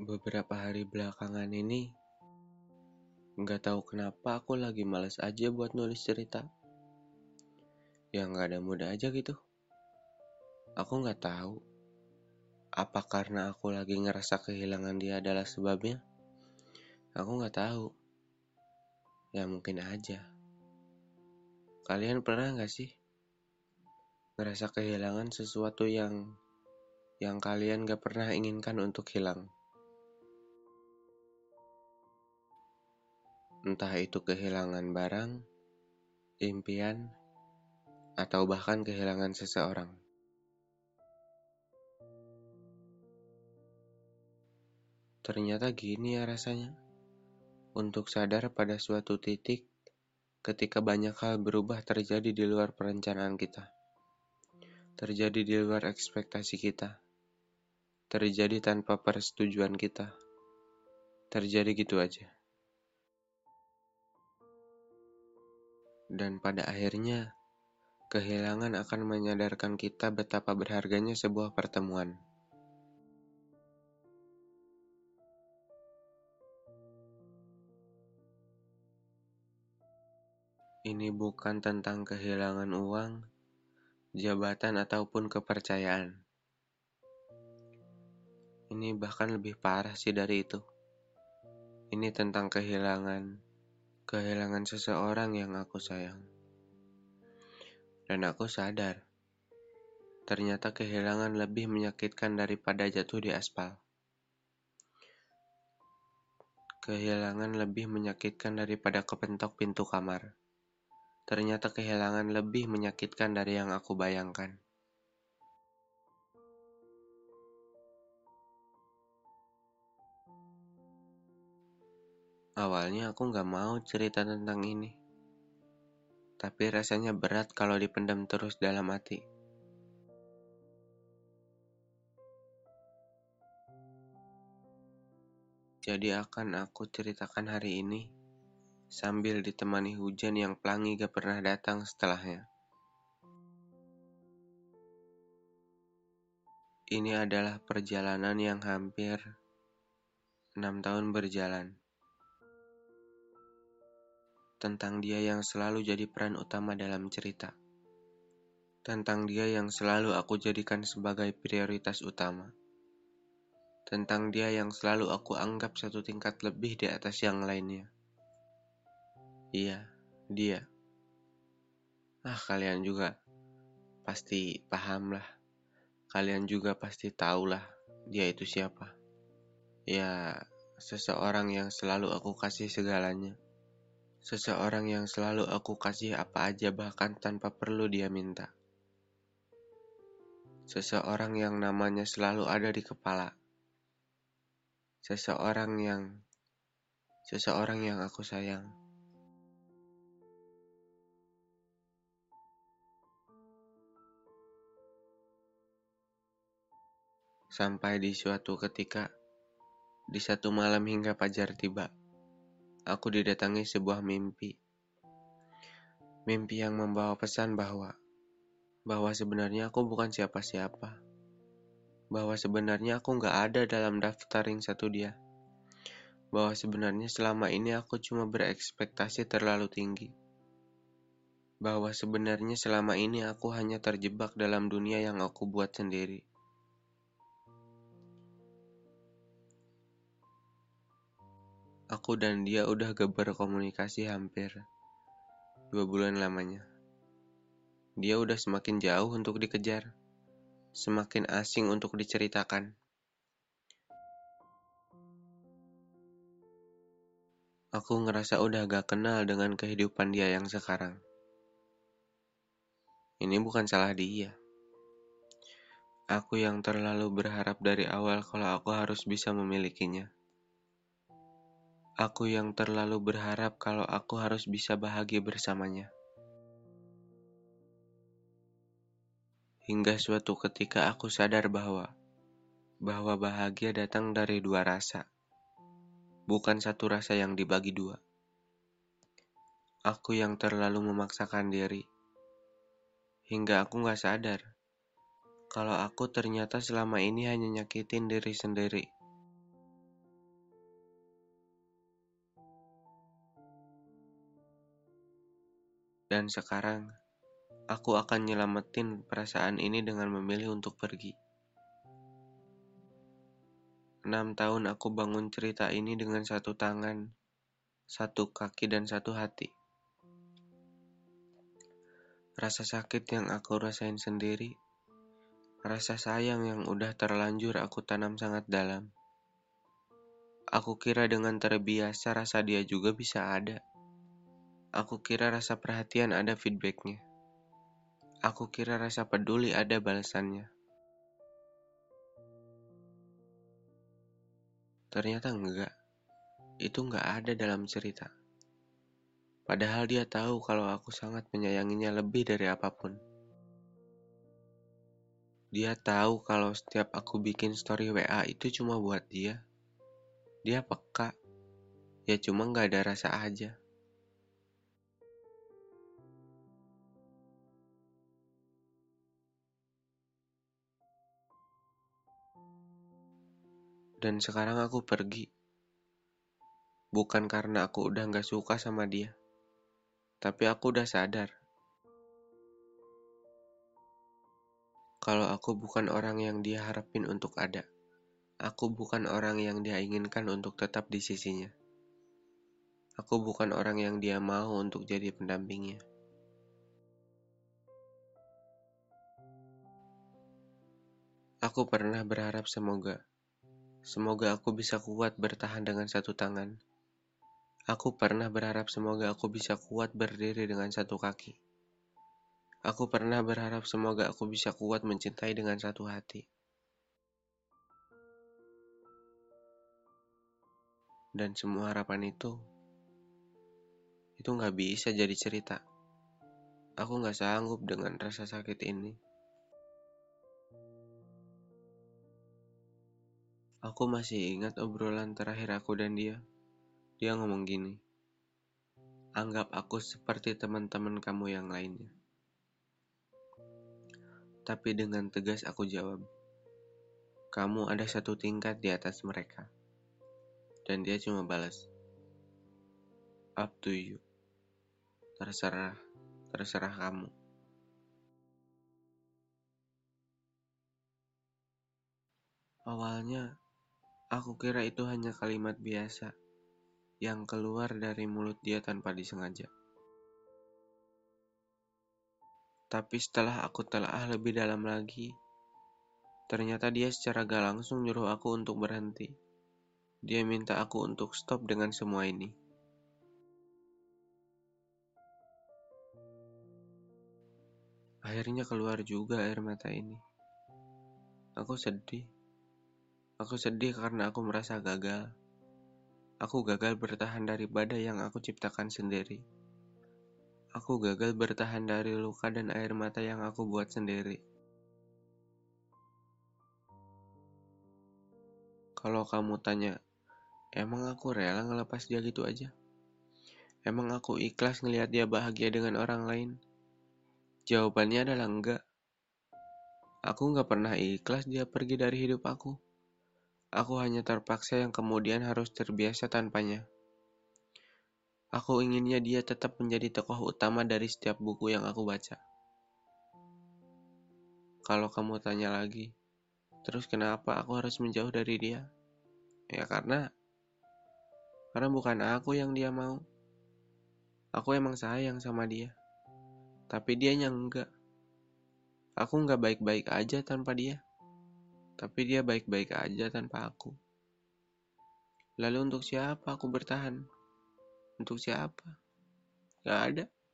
Beberapa hari belakangan ini, nggak tahu kenapa aku lagi males aja buat nulis cerita. Ya nggak ada mood aja gitu. Aku nggak tahu. Apa karena aku lagi ngerasa kehilangan dia adalah sebabnya? Aku nggak tahu. Ya mungkin aja. Kalian pernah nggak sih ngerasa kehilangan sesuatu yang kalian nggak pernah inginkan untuk hilang? Entah itu kehilangan barang, impian, atau bahkan kehilangan seseorang. Ternyata gini ya rasanya. Untuk sadar pada suatu titik ketika banyak hal berubah terjadi di luar perencanaan kita. Terjadi di luar ekspektasi kita. Terjadi tanpa persetujuan kita. Terjadi gitu aja. Dan pada akhirnya, kehilangan akan menyadarkan kita betapa berharganya sebuah pertemuan. Ini bukan tentang kehilangan uang, jabatan ataupun kepercayaan. Ini bahkan lebih parah sih dari itu. Ini tentang kehilangan seseorang yang aku sayang. Dan aku sadar, ternyata kehilangan lebih menyakitkan daripada jatuh di aspal. Kehilangan lebih menyakitkan daripada kepentok pintu kamar. Ternyata kehilangan lebih menyakitkan dari yang aku bayangkan. Awalnya aku gak mau cerita tentang ini. Tapi rasanya berat kalau dipendam terus dalam hati. Jadi akan aku ceritakan hari ini sambil ditemani hujan yang pelangi gak pernah datang setelahnya. Ini adalah perjalanan yang hampir 6 tahun berjalan. Tentang dia yang selalu jadi peran utama dalam cerita. Tentang dia yang selalu aku jadikan sebagai prioritas utama. Tentang dia yang selalu aku anggap satu tingkat lebih di atas yang lainnya. Iya, dia. Kalian juga pasti paham lah. Kalian juga pasti tahulah dia itu siapa. Ya, seseorang yang selalu aku kasih segalanya. Seseorang yang selalu aku kasih apa aja bahkan tanpa perlu dia minta. Seseorang yang namanya selalu ada di kepala. Seseorang yang aku sayang. Sampai di suatu ketika, di satu malam hingga fajar tiba, aku didatangi sebuah mimpi. Mimpi yang membawa pesan bahwa sebenarnya aku bukan siapa-siapa. Bahwa sebenarnya aku gak ada dalam daftar ring satu dia. Bahwa sebenarnya selama ini aku cuma berekspektasi terlalu tinggi. Bahwa sebenarnya selama ini aku hanya terjebak dalam dunia yang aku buat sendiri. Aku dan dia udah gak berkomunikasi hampir 2 bulan lamanya. Dia udah semakin jauh untuk dikejar, semakin asing untuk diceritakan. Aku ngerasa udah gak kenal dengan kehidupan dia yang sekarang. Ini bukan salah dia. Aku yang terlalu berharap dari awal kalau aku harus bisa memilikinya. Aku yang terlalu berharap kalau aku harus bisa bahagia bersamanya. Hingga suatu ketika aku sadar bahwa bahagia datang dari 2 rasa. Bukan satu rasa yang dibagi 2. Aku yang terlalu memaksakan diri. Hingga aku gak sadar kalau aku ternyata selama ini hanya nyakitin diri sendiri. Dan sekarang, aku akan nyelamatin perasaan ini dengan memilih untuk pergi. 6 tahun aku bangun cerita ini dengan satu tangan, satu kaki, dan satu hati. Rasa sakit yang aku rasain sendiri, rasa sayang yang udah terlanjur aku tanam sangat dalam. Aku kira dengan terbiasa rasa dia juga bisa ada. Aku kira rasa perhatian ada feedbacknya. Aku kira rasa peduli ada balasannya. Ternyata enggak. Itu enggak ada dalam cerita. Padahal dia tahu kalau aku sangat menyayanginya lebih dari apapun. Dia tahu kalau setiap aku bikin story WA itu cuma buat dia. Dia peka. Ya cuma enggak ada rasa aja. Dan sekarang aku pergi. Bukan karena aku udah gak suka sama dia. Tapi aku udah sadar. Kalau aku bukan orang yang dia harapin untuk ada. Aku bukan orang yang dia inginkan untuk tetap di sisinya. Aku bukan orang yang dia mau untuk jadi pendampingnya. Aku pernah berharap semoga aku bisa kuat bertahan dengan satu tangan. Aku pernah berharap semoga aku bisa kuat berdiri dengan satu kaki. Aku pernah berharap semoga aku bisa kuat mencintai dengan satu hati. Dan semua harapan itu gak bisa jadi cerita. Aku gak sanggup dengan rasa sakit ini. Aku masih ingat obrolan terakhir aku dan dia. Dia ngomong gini, anggap aku seperti teman-teman kamu yang lainnya. Tapi dengan tegas aku jawab, kamu ada satu tingkat di atas mereka. Dan dia cuma balas, up to you. Terserah kamu. Awalnya, aku kira itu hanya kalimat biasa yang keluar dari mulut dia tanpa disengaja. Tapi setelah aku telaah lebih dalam lagi, ternyata dia secara gak langsung nyuruh aku untuk berhenti. Dia minta aku untuk stop dengan semua ini. Akhirnya keluar juga air mata ini. Aku sedih. Aku sedih karena aku merasa gagal. Aku gagal bertahan dari badai yang aku ciptakan sendiri. Aku gagal bertahan dari luka dan air mata yang aku buat sendiri. Kalau kamu tanya, emang aku rela ngelepas dia gitu aja? Emang aku ikhlas ngelihat dia bahagia dengan orang lain? Jawabannya adalah enggak. Aku gak pernah ikhlas dia pergi dari hidup aku. Aku hanya terpaksa yang kemudian harus terbiasa tanpanya. Aku inginnya dia tetap menjadi tokoh utama dari setiap buku yang aku baca. Kalau kamu tanya lagi, terus kenapa aku harus menjauh dari dia? Ya karena bukan aku yang dia mau. Aku emang sayang sama dia. Tapi dianya enggak. Aku enggak baik-baik aja tanpa dia. Tapi dia baik-baik aja tanpa aku. Lalu untuk siapa aku bertahan? Untuk siapa? Gak ada.